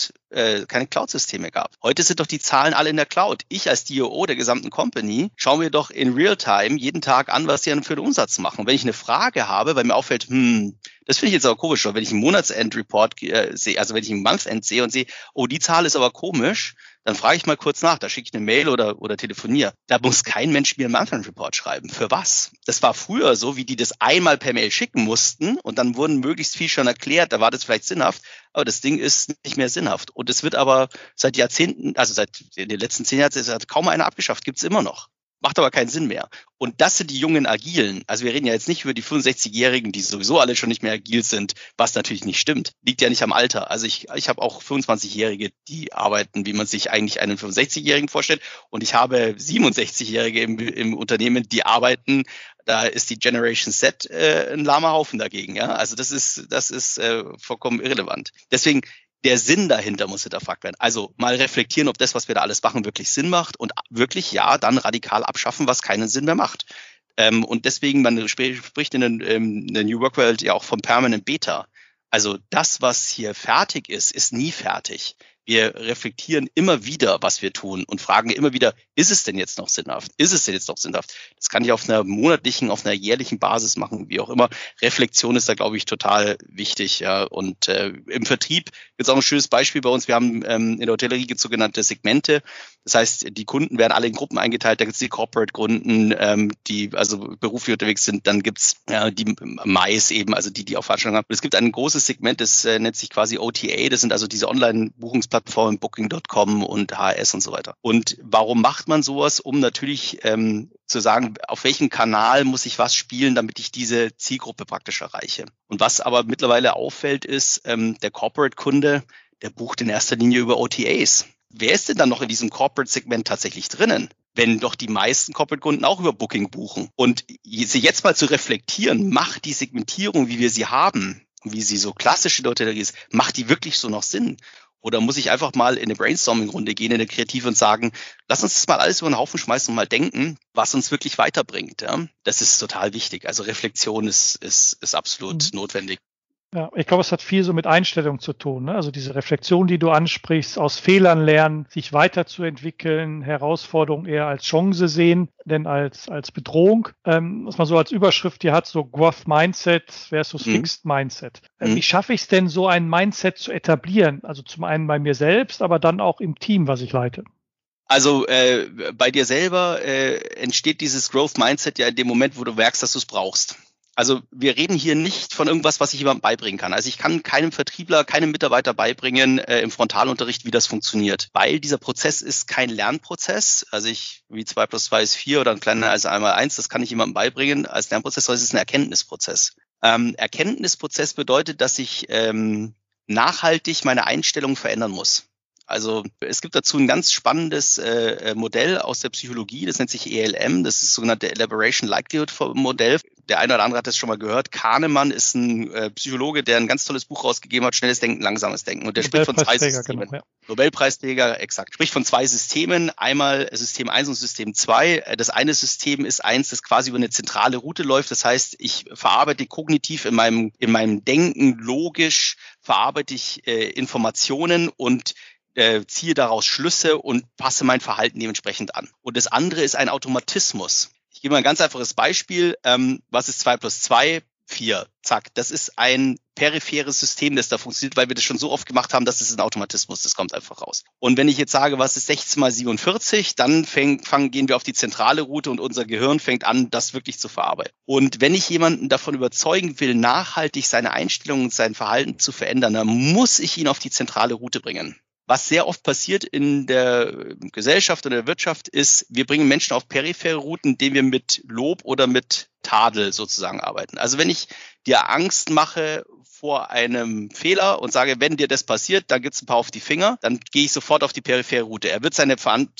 Cloud-Systeme gab. Heute sind doch die Zahlen alle in der Cloud. Ich als DOO der gesamten Company schaue mir doch in Realtime jeden Tag an, was sie für den Umsatz machen. Und wenn ich eine Frage habe, weil mir auffällt, das finde ich jetzt aber komisch, wenn ich einen Monatsend-Report sehe, also wenn ich einen Month-End sehe und sehe, oh, die Zahl ist aber komisch, dann frage ich mal kurz nach, da schicke ich eine Mail oder telefoniere. Da muss kein Mensch mir einen Month-End-Report schreiben. Für was? Das war früher so, wie die das einmal per Mail schicken mussten und dann wurden möglichst viel schon erklärt, da war das vielleicht sinnhaft, aber das Ding ist nicht mehr sinnhaft. Und es wird aber seit Jahrzehnten, also seit in den letzten 10 Jahren, hat kaum einer abgeschafft, gibt's immer noch. Macht aber keinen Sinn mehr. Und das sind die jungen Agilen. Also wir reden ja jetzt nicht über die 65-Jährigen, die sowieso alle schon nicht mehr agil sind, was natürlich nicht stimmt. Liegt ja nicht am Alter. Also ich habe auch 25-Jährige, die arbeiten, wie man sich eigentlich einen 65-Jährigen vorstellt. Und ich habe 67-Jährige im Unternehmen, die arbeiten. Da ist die Generation Z ein lahmer Haufen dagegen. Ja? Also das ist vollkommen irrelevant. Deswegen der Sinn dahinter muss hinterfragt werden. Also mal reflektieren, ob das, was wir da alles machen, wirklich Sinn macht und wirklich, ja, dann radikal abschaffen, was keinen Sinn mehr macht. Und deswegen, man spricht in der New Work World ja auch vom Permanent Beta. Also das, was hier fertig ist nie fertig. Wir reflektieren immer wieder, was wir tun und fragen immer wieder, ist es denn jetzt noch sinnhaft? Ist es denn jetzt noch sinnhaft? Das kann ich auf einer monatlichen, auf einer jährlichen Basis machen, wie auch immer. Reflexion ist da, glaube ich, total wichtig. Ja. Und im Vertrieb gibt es auch ein schönes Beispiel bei uns. Wir haben in der Hotellerie sogenannte Segmente. Das heißt, die Kunden werden alle in Gruppen eingeteilt. Da gibt es die Corporate-Kunden, die also beruflich unterwegs sind. Dann gibt es die Mais eben, also die auf Veranstaltungen haben. Und es gibt ein großes Segment, das nennt sich quasi OTA. Das sind also diese Online-Buchungsplattformen, Booking.com und HRS und so weiter. Und warum macht man sowas? Um natürlich zu sagen, auf welchem Kanal muss ich was spielen, damit ich diese Zielgruppe praktisch erreiche. Und was aber mittlerweile auffällt, ist, der Corporate-Kunde, der bucht in erster Linie über OTAs. Wer ist denn dann noch in diesem Corporate-Segment tatsächlich drinnen? Wenn doch die meisten Corporate-Kunden auch über Booking buchen. Und sie jetzt mal zu reflektieren, macht die Segmentierung, wie wir sie haben, wie sie so klassisch in der Hotellerie ist, macht die wirklich so noch Sinn? Oder muss ich einfach mal in eine Brainstorming-Runde gehen, in eine Kreative und sagen, lass uns das mal alles über den Haufen schmeißen und mal denken, was uns wirklich weiterbringt. Ja? Das ist total wichtig. Also Reflexion ist absolut notwendig. Ja, ich glaube, es hat viel so mit Einstellung zu tun. Ne? Also diese Reflexion, die du ansprichst, aus Fehlern lernen, sich weiterzuentwickeln, Herausforderungen eher als Chance sehen, denn als Bedrohung. Was man so als Überschrift hier hat, so Growth Mindset versus Fixed Mindset. Wie schaffe ich es denn, so ein Mindset zu etablieren? Also zum einen bei mir selbst, aber dann auch im Team, was ich leite. Also bei dir selber entsteht dieses Growth Mindset ja in dem Moment, wo du merkst, dass du es brauchst. Also wir reden hier nicht von irgendwas, was ich jemandem beibringen kann. Also ich kann keinem Vertriebler, keinem Mitarbeiter beibringen im Frontalunterricht, wie das funktioniert. Weil dieser Prozess ist kein Lernprozess. Also wie 2 + 2 ist 4 oder ein kleiner als 1 × 1, das kann ich jemandem beibringen als Lernprozess, sondern es ist ein Erkenntnisprozess. Erkenntnisprozess bedeutet, dass ich nachhaltig meine Einstellung verändern muss. Also es gibt dazu ein ganz spannendes Modell aus der Psychologie, das nennt sich ELM, das ist das sogenannte Elaboration Likelihood Modell. der eine oder andere hat das schon mal gehört. Kahnemann ist ein Psychologe, der ein ganz tolles Buch rausgegeben hat, Schnelles Denken, Langsames Denken. Und der spricht von 2 Systemen. Genau, ja. Nobelpreisträger, exakt. Spricht von 2 Systemen. Einmal System 1 und System 2. Das eine System ist eins, das quasi über eine zentrale Route läuft. Das heißt, ich verarbeite kognitiv in meinem Denken logisch, verarbeite ich Informationen und ziehe daraus Schlüsse und passe mein Verhalten dementsprechend an. Und das andere ist ein Automatismus. Ich gebe mal ein ganz einfaches Beispiel. Was ist 2 plus 2? 4. Zack. Das ist ein peripheres System, das da funktioniert, weil wir das schon so oft gemacht haben, dass es ein Automatismus, das kommt einfach raus. Und wenn ich jetzt sage, was ist 16 mal 47, dann gehen wir auf die zentrale Route und unser Gehirn fängt an, das wirklich zu verarbeiten. Und wenn ich jemanden davon überzeugen will, nachhaltig seine Einstellung und sein Verhalten zu verändern, dann muss ich ihn auf die zentrale Route bringen. Was sehr oft passiert in der Gesellschaft und der Wirtschaft ist, wir bringen Menschen auf periphere Routen, indem wir mit Lob oder mit Tadel sozusagen arbeiten. Also wenn ich dir Angst mache vor einem Fehler und sage, wenn dir das passiert, dann gibt's ein paar auf die Finger, dann gehe ich sofort auf die periphere Route. Er wird sein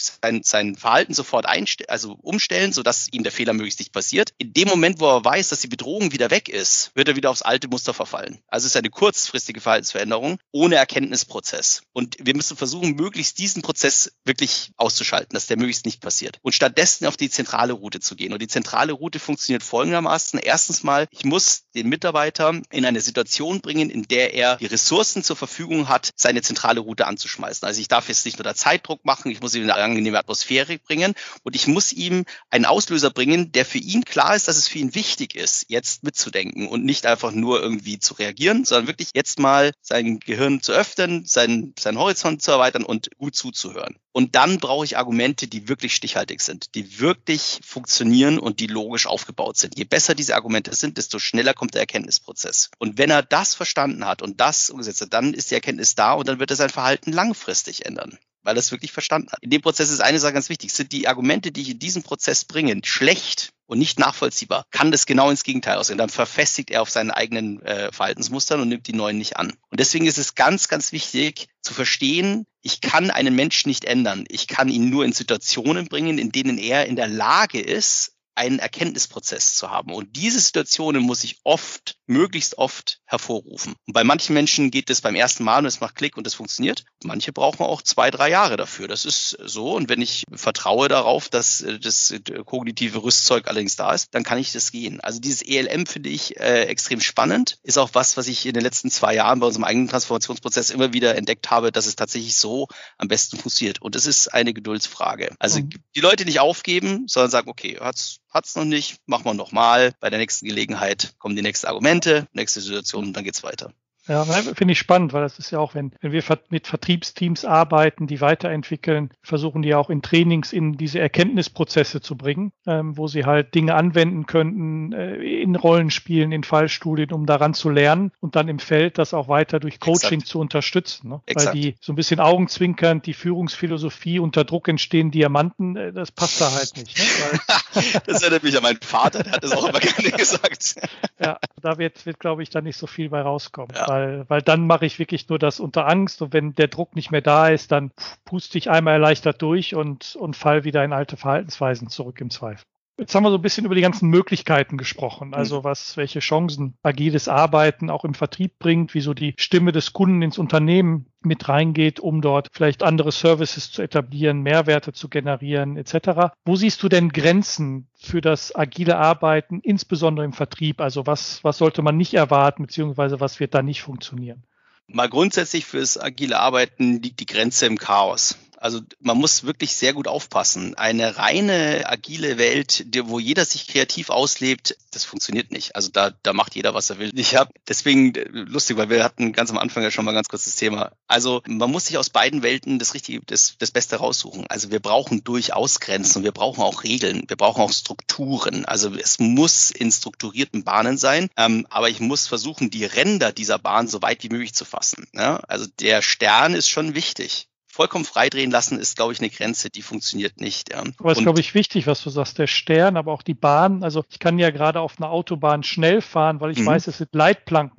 Verhalten sofort umstellen, sodass ihm der Fehler möglichst nicht passiert. In dem Moment, wo er weiß, dass die Bedrohung wieder weg ist, wird er wieder aufs alte Muster verfallen. Also es ist eine kurzfristige Verhaltensveränderung ohne Erkenntnisprozess. Und wir müssen versuchen, möglichst diesen Prozess wirklich auszuschalten, dass der möglichst nicht passiert. Und stattdessen auf die zentrale Route zu gehen. Und die zentrale Route funktioniert folgendermaßen. Erstens mal, ich muss den Mitarbeiter in eine Situation bringen, in der er die Ressourcen zur Verfügung hat, seine zentrale Route anzuschmeißen. Also ich darf jetzt nicht nur da Zeitdruck machen, ich muss ihm eine angenehme Atmosphäre bringen und ich muss ihm einen Auslöser bringen, der für ihn klar ist, dass es für ihn wichtig ist, jetzt mitzudenken und nicht einfach nur irgendwie zu reagieren, sondern wirklich jetzt mal sein Gehirn zu öffnen, seinen Horizont zu erweitern und gut zuzuhören. Und dann brauche ich Argumente, die wirklich stichhaltig sind, die wirklich funktionieren und die logisch aufgebaut sind. Je besser diese Argumente sind, desto schneller kommt der Erkenntnisprozess. Und wenn er das verstanden hat und das umgesetzt hat, dann ist die Erkenntnis da und dann wird er sein Verhalten langfristig ändern, weil er es wirklich verstanden hat. In dem Prozess ist eine Sache ganz wichtig. Sind die Argumente, die ich in diesem Prozess bringe, schlecht und nicht nachvollziehbar, kann das genau ins Gegenteil aussehen. Dann verfestigt er auf seinen eigenen Verhaltensmustern und nimmt die neuen nicht an. Und deswegen ist es ganz, ganz wichtig zu verstehen, ich kann einen Menschen nicht ändern. Ich kann ihn nur in Situationen bringen, in denen er in der Lage ist, einen Erkenntnisprozess zu haben. Und diese Situationen muss ich möglichst oft hervorrufen. Und bei manchen Menschen geht es beim ersten Mal und es macht Klick und es funktioniert. Manche brauchen auch 2-3 Jahre dafür. Das ist so. Und wenn ich vertraue darauf, dass das kognitive Rüstzeug allerdings da ist, dann kann ich das gehen. Also dieses ELM finde ich extrem spannend. Ist auch was ich in den letzten 2 Jahren bei unserem eigenen Transformationsprozess immer wieder entdeckt habe, dass es tatsächlich so am besten funktioniert. Und es ist eine Geduldsfrage. Also die Leute nicht aufgeben, sondern sagen, okay, hat's noch nicht, machen wir nochmal. Bei der nächsten Gelegenheit kommen die nächsten Argumente, nächste Situation und dann geht's weiter. Ja, finde ich spannend, weil das ist ja auch, wenn wir mit Vertriebsteams arbeiten, die weiterentwickeln, versuchen die auch in Trainings in diese Erkenntnisprozesse zu bringen, wo sie halt Dinge anwenden könnten, in Rollenspielen, in Fallstudien, um daran zu lernen und dann im Feld das auch weiter durch Coaching zu unterstützen. Ne? Weil die so ein bisschen augenzwinkernd, die Führungsphilosophie, unter Druck entstehen Diamanten, das passt da halt nicht. Ne? Weil das erinnert mich an meinen Vater, der hat das auch immer gerne gesagt. Ja, da wird glaube ich, dann nicht so viel bei rauskommen. Ja. Weil dann mache ich wirklich nur das unter Angst und wenn der Druck nicht mehr da ist, dann puste ich einmal erleichtert durch und fall wieder in alte Verhaltensweisen zurück im Zweifel. Jetzt haben wir so ein bisschen über die ganzen Möglichkeiten gesprochen, also welche Chancen agiles Arbeiten auch im Vertrieb bringt, wie so die Stimme des Kunden ins Unternehmen mit reingeht, um dort vielleicht andere Services zu etablieren, Mehrwerte zu generieren etc. Wo siehst du denn Grenzen für das agile Arbeiten, insbesondere im Vertrieb? Also was sollte man nicht erwarten, beziehungsweise was wird da nicht funktionieren? Mal grundsätzlich fürs agile Arbeiten liegt die Grenze im Chaos. Also man muss wirklich sehr gut aufpassen. Eine reine agile Welt, wo jeder sich kreativ auslebt, das funktioniert nicht. Also da macht jeder, was er will. Deswegen lustig, weil wir hatten ganz am Anfang ja schon mal ganz kurz das Thema. Also man muss sich aus beiden Welten das Beste raussuchen. Also wir brauchen durchaus Grenzen und wir brauchen auch Regeln. Wir brauchen auch Strukturen. Also es muss in strukturierten Bahnen sein. Aber ich muss versuchen, die Ränder dieser Bahn so weit wie möglich zu fassen. Ja? Also der Stern ist schon wichtig. Vollkommen freidrehen lassen ist, glaube ich, eine Grenze, die funktioniert nicht. Ja. Aber es ist, glaube ich, wichtig, was du sagst, der Stern, aber auch die Bahn. Also ich kann ja gerade auf einer Autobahn schnell fahren, weil ich weiß, es sind Leitplanken da.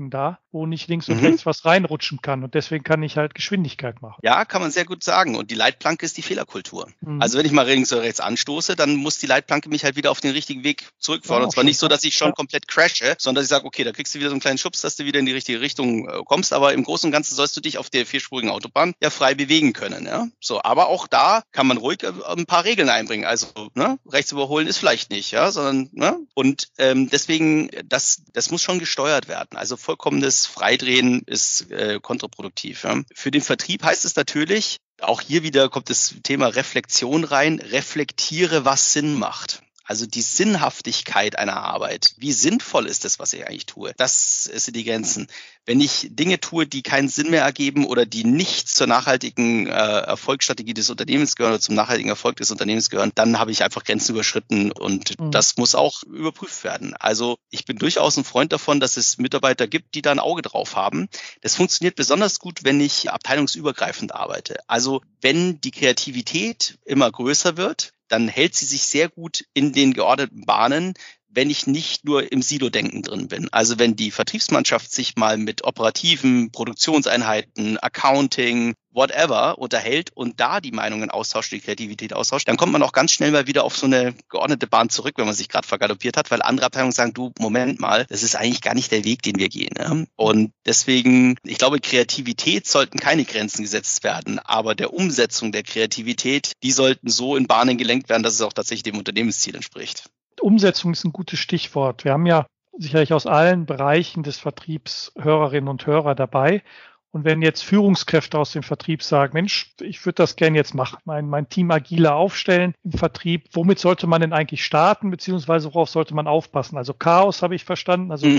wo nicht links und rechts was reinrutschen kann. Und deswegen kann ich halt Geschwindigkeit machen. Ja, kann man sehr gut sagen. Und die Leitplanke ist die Fehlerkultur. Also wenn ich mal links oder rechts anstoße, dann muss die Leitplanke mich halt wieder auf den richtigen Weg zurückführen. Und zwar nicht so, dass ich schon komplett crashe, sondern dass ich sage, okay, da kriegst du wieder so einen kleinen Schubs, dass du wieder in die richtige Richtung kommst. Aber im Großen und Ganzen sollst du dich auf der vierspurigen Autobahn ja frei bewegen können. Ja? So, aber auch da kann man ruhig ein paar Regeln einbringen. Also rechts überholen ist vielleicht nicht, ja, sondern und deswegen das muss schon gesteuert werden. Also vollkommenes Freidrehen ist kontraproduktiv. Ja? Für den Vertrieb heißt es natürlich, auch hier wieder kommt das Thema Reflexion rein. Reflektiere, was Sinn macht. Also die Sinnhaftigkeit einer Arbeit. Wie sinnvoll ist das, was ich eigentlich tue? Das sind die Grenzen. Wenn ich Dinge tue, die keinen Sinn mehr ergeben oder die nicht zur nachhaltigen Erfolgsstrategie des Unternehmens gehören oder zum nachhaltigen Erfolg des Unternehmens gehören, dann habe ich einfach Grenzen überschritten und das muss auch überprüft werden. Also ich bin durchaus ein Freund davon, dass es Mitarbeiter gibt, die da ein Auge drauf haben. Das funktioniert besonders gut, wenn ich abteilungsübergreifend arbeite. Also wenn die Kreativität immer größer wird, dann hält sie sich sehr gut in den geordneten Bahnen, wenn ich nicht nur im Silo-Denken drin bin. Also wenn die Vertriebsmannschaft sich mal mit operativen Produktionseinheiten, Accounting, whatever unterhält und da die Meinungen austauscht, die Kreativität austauscht, dann kommt man auch ganz schnell mal wieder auf so eine geordnete Bahn zurück, wenn man sich gerade vergaloppiert hat, weil andere Abteilungen sagen, du, Moment mal, das ist eigentlich gar nicht der Weg, den wir gehen. Ja? Und deswegen, ich glaube, Kreativität sollten keine Grenzen gesetzt werden, aber der Umsetzung der Kreativität, die sollten so in Bahnen gelenkt werden, dass es auch tatsächlich dem Unternehmensziel entspricht. Umsetzung ist ein gutes Stichwort. Wir haben ja sicherlich aus allen Bereichen des Vertriebs Hörerinnen und Hörer dabei. Und wenn jetzt Führungskräfte aus dem Vertrieb sagen, Mensch, ich würde das gerne jetzt machen, mein Team agiler aufstellen im Vertrieb, womit sollte man denn eigentlich starten, beziehungsweise worauf sollte man aufpassen? Also Chaos habe ich verstanden, also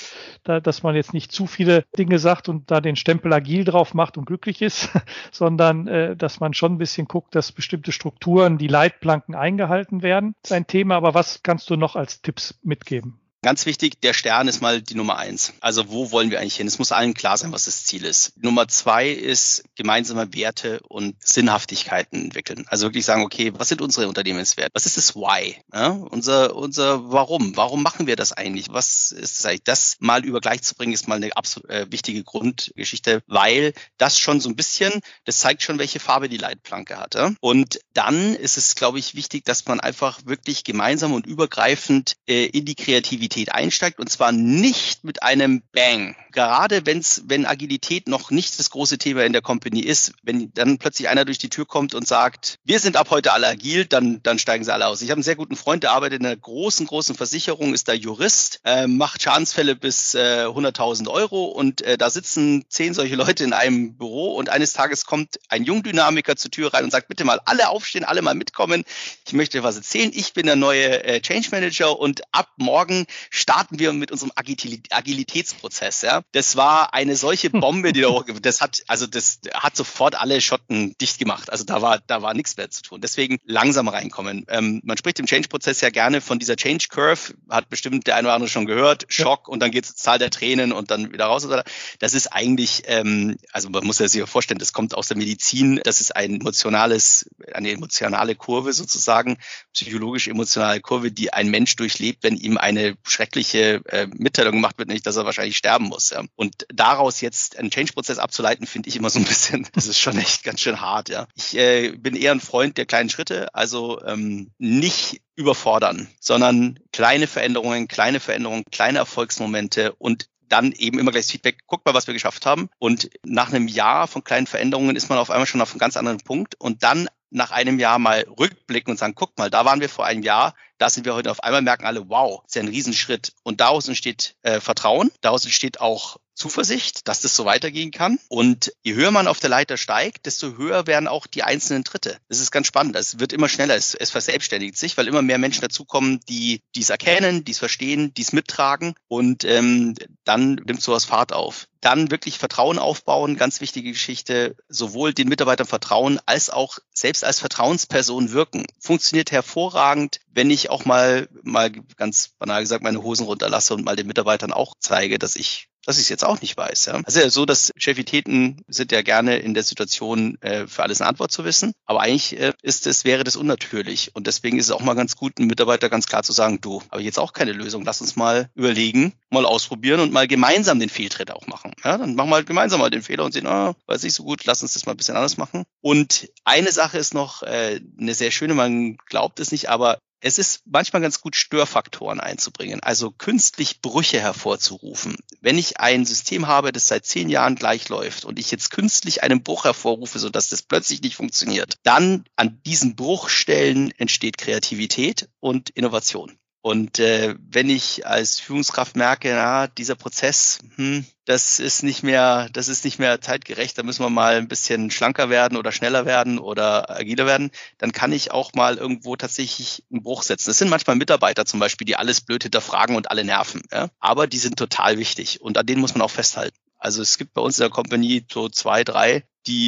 dass man jetzt nicht zu viele Dinge sagt und da den Stempel agil drauf macht und glücklich ist, sondern dass man schon ein bisschen guckt, dass bestimmte Strukturen, die Leitplanken eingehalten werden. Das ist ein Thema, aber was kannst du noch als Tipps mitgeben? Ganz wichtig, der Stern ist mal die Nummer 1. Also wo wollen wir eigentlich hin? Es muss allen klar sein, was das Ziel ist. Nummer 2 ist gemeinsame Werte und Sinnhaftigkeiten entwickeln. Also wirklich sagen, okay, was sind unsere Unternehmenswerte? Was ist das Why? Ja, unser Warum? Warum machen wir das eigentlich? Was ist das eigentlich? Das mal über gleich zu bringen, ist mal eine absolut wichtige Grundgeschichte, weil das schon so ein bisschen, das zeigt schon, welche Farbe die Leitplanke hat. Ja? Und dann ist es, glaube ich, wichtig, dass man einfach wirklich gemeinsam und übergreifend in die Kreativität einsteigt und zwar nicht mit einem Bang. Gerade wenn Agilität noch nicht das große Thema in der Company ist, wenn dann plötzlich einer durch die Tür kommt und sagt, wir sind ab heute alle agil, dann steigen sie alle aus. Ich habe einen sehr guten Freund, der arbeitet in einer großen Versicherung, ist da Jurist, macht Schadensfälle bis 100.000 Euro und da sitzen 10 solche Leute in einem Büro und eines Tages kommt ein Jungdynamiker zur Tür rein und sagt, bitte mal alle aufstehen, alle mal mitkommen. Ich möchte was erzählen. Ich bin der neue Change Manager und ab morgen starten wir mit unserem Agilitätsprozess. Ja. Das war eine solche Bombe, die das hat sofort alle Schotten dicht gemacht. Also da war nichts mehr zu tun. Deswegen langsam reinkommen. Man spricht im Change-Prozess ja gerne von dieser Change Curve, hat bestimmt der eine oder andere schon gehört, Schock und dann geht es Zahl der Tränen und dann wieder raus. Das ist eigentlich, also man muss sich ja vorstellen, das kommt aus der Medizin, das ist eine emotionale Kurve sozusagen, psychologisch-emotionale Kurve, die ein Mensch durchlebt, wenn ihm eine schreckliche Mitteilung gemacht wird, nämlich, dass er wahrscheinlich sterben muss. Ja. Und daraus jetzt einen Change-Prozess abzuleiten, finde ich immer so ein bisschen, das ist schon echt ganz schön hart. Ja. Ich bin eher ein Freund der kleinen Schritte, also nicht überfordern, sondern kleine Veränderungen, kleine Erfolgsmomente und dann eben immer gleich das Feedback, guck mal, was wir geschafft haben. Und nach einem Jahr von kleinen Veränderungen ist man auf einmal schon auf einem ganz anderen Punkt und dann nach einem Jahr mal rückblicken und sagen, guck mal, da waren wir vor einem Jahr, da sind wir heute auf einmal, merken alle, wow, das ist ja ein Riesenschritt. Und daraus entsteht Vertrauen, daraus entsteht auch Zuversicht, dass das so weitergehen kann. Und je höher man auf der Leiter steigt, desto höher werden auch die einzelnen Tritte. Das ist ganz spannend. Es wird immer schneller, es verselbstständigt sich, weil immer mehr Menschen dazukommen, die es erkennen, die es verstehen, die es mittragen. Und dann nimmt sowas Fahrt auf. Dann wirklich Vertrauen aufbauen, ganz wichtige Geschichte, sowohl den Mitarbeitern vertrauen, als auch selbst als Vertrauensperson wirken. Funktioniert hervorragend, wenn ich auch mal ganz banal gesagt meine Hosen runterlasse und mal den Mitarbeitern auch zeige, dass ich dass ich es jetzt auch nicht weiß. Ja. Also ja so, dass Chefitäten sind ja gerne in der Situation, für alles eine Antwort zu wissen. Aber eigentlich wäre das unnatürlich. Und deswegen ist es auch mal ganz gut, einem Mitarbeiter ganz klar zu sagen, du, aber jetzt auch keine Lösung. Lass uns mal überlegen, mal ausprobieren und mal gemeinsam den Fehltritt auch machen. Ja, dann machen wir halt gemeinsam mal den Fehler und sehen, weiß nicht so gut, lass uns das mal ein bisschen anders machen. Und eine Sache ist noch eine sehr schöne, man glaubt es nicht, aber es ist manchmal ganz gut, Störfaktoren einzubringen, also künstlich Brüche hervorzurufen. Wenn ich ein System habe, das seit 10 Jahren gleich läuft und ich jetzt künstlich einen Bruch hervorrufe, sodass das plötzlich nicht funktioniert, dann an diesen Bruchstellen entsteht Kreativität und Innovation. Und wenn ich als Führungskraft merke, dieser Prozess, das ist nicht mehr zeitgerecht, da müssen wir mal ein bisschen schlanker werden oder schneller werden oder agiler werden, dann kann ich auch mal irgendwo tatsächlich einen Bruch setzen. Das sind manchmal Mitarbeiter zum Beispiel, die alles blöd hinterfragen und alle nerven. Ja? Aber die sind total wichtig und an denen muss man auch festhalten. Also es gibt bei uns in der Company so 2, 3,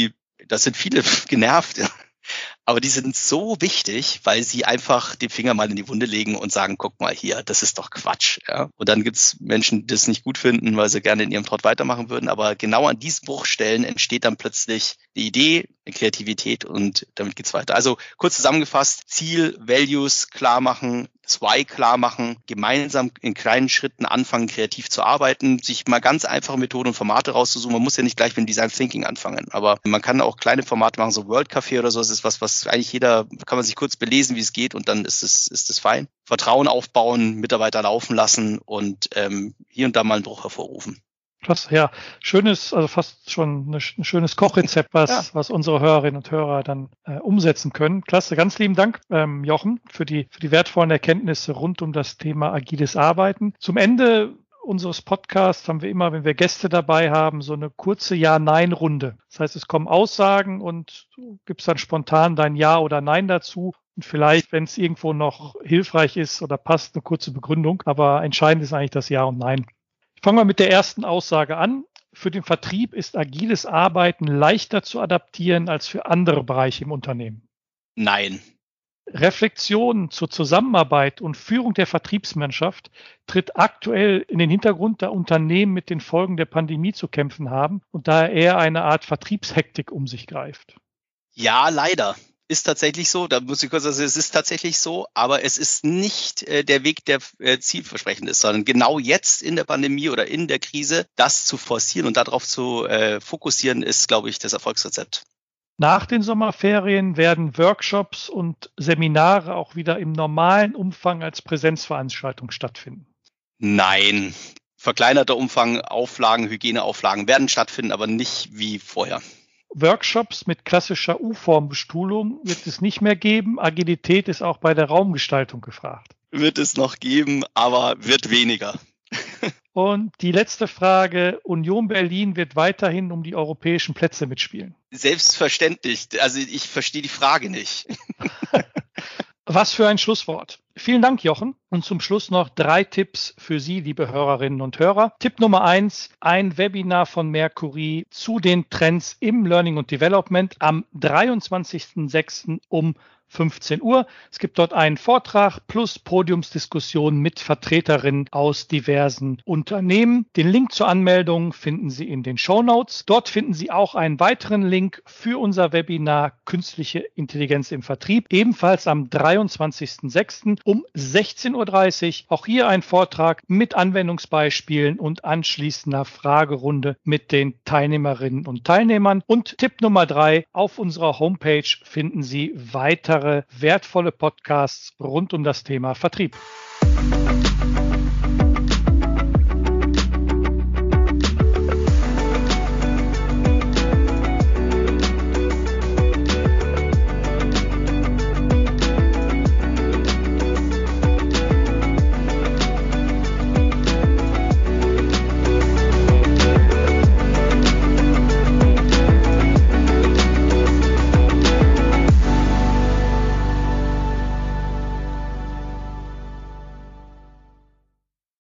das sind viele genervt, ja. Aber die sind so wichtig, weil sie einfach den Finger mal in die Wunde legen und sagen, guck mal hier, das ist doch Quatsch. Ja? Und dann gibt's Menschen, die das nicht gut finden, weil sie gerne in ihrem Trott weitermachen würden. Aber genau an diesen Bruchstellen entsteht dann plötzlich die Idee, eine Kreativität und damit geht's weiter. Also kurz zusammengefasst, Ziel, Values klar machen, das Why klar machen, gemeinsam in kleinen Schritten anfangen, kreativ zu arbeiten, sich mal ganz einfache Methoden und Formate rauszusuchen. Man muss ja nicht gleich mit dem Design Thinking anfangen, aber man kann auch kleine Formate machen, so World Café oder so. Das ist was eigentlich kann man sich kurz belesen, wie es geht und dann ist es fein. Vertrauen aufbauen, Mitarbeiter laufen lassen und hier und da mal einen Bruch hervorrufen. Klasse, ja. Schönes, also fast schon ein schönes Kochrezept, was unsere Hörerinnen und Hörer dann umsetzen können. Klasse, ganz lieben Dank, Jochen, für die wertvollen Erkenntnisse rund um das Thema agiles Arbeiten. Zum Ende unseres Podcasts haben wir immer, wenn wir Gäste dabei haben, so eine kurze Ja-Nein-Runde. Das heißt, es kommen Aussagen und du gibst dann spontan dein Ja oder Nein dazu. Und vielleicht, wenn es irgendwo noch hilfreich ist oder passt, eine kurze Begründung. Aber entscheidend ist eigentlich das Ja und Nein. Fangen wir mit der ersten Aussage an. Für den Vertrieb ist agiles Arbeiten leichter zu adaptieren als für andere Bereiche im Unternehmen. Nein. Reflexion zur Zusammenarbeit und Führung der Vertriebsmannschaft tritt aktuell in den Hintergrund, da Unternehmen mit den Folgen der Pandemie zu kämpfen haben und daher eher eine Art Vertriebshektik um sich greift. Ja, leider. Ist tatsächlich so, da muss ich kurz sagen, es ist tatsächlich so, aber es ist nicht der Weg, der zielversprechend ist, sondern genau jetzt in der Pandemie oder in der Krise, das zu forcieren und darauf zu fokussieren, ist, glaube ich, das Erfolgsrezept. Nach den Sommerferien werden Workshops und Seminare auch wieder im normalen Umfang als Präsenzveranstaltung stattfinden. Nein, verkleinerter Umfang, Auflagen, Hygieneauflagen werden stattfinden, aber nicht wie vorher. Workshops mit klassischer U-Form-Bestuhlung wird es nicht mehr geben. Agilität ist auch bei der Raumgestaltung gefragt. Wird es noch geben, aber wird weniger. Und die letzte Frage, Union Berlin wird weiterhin um die europäischen Plätze mitspielen. Selbstverständlich. Also ich verstehe die Frage nicht. Was für ein Schlusswort. Vielen Dank, Jochen. Und zum Schluss noch 3 Tipps für Sie, liebe Hörerinnen und Hörer. Tipp Nummer 1, ein Webinar von Mercury zu den Trends im Learning und Development am 23.06. um 15 Uhr. Es gibt dort einen Vortrag plus Podiumsdiskussion mit Vertreterinnen aus diversen Unternehmen. Den Link zur Anmeldung finden Sie in den Shownotes. Dort finden Sie auch einen weiteren Link für unser Webinar Künstliche Intelligenz im Vertrieb, ebenfalls am 23.06. um 16.30 Uhr. Auch hier ein Vortrag mit Anwendungsbeispielen und anschließender Fragerunde mit den Teilnehmerinnen und Teilnehmern. Und Tipp Nummer 3, auf unserer Homepage finden Sie weitere wertvolle Podcasts rund um das Thema Vertrieb.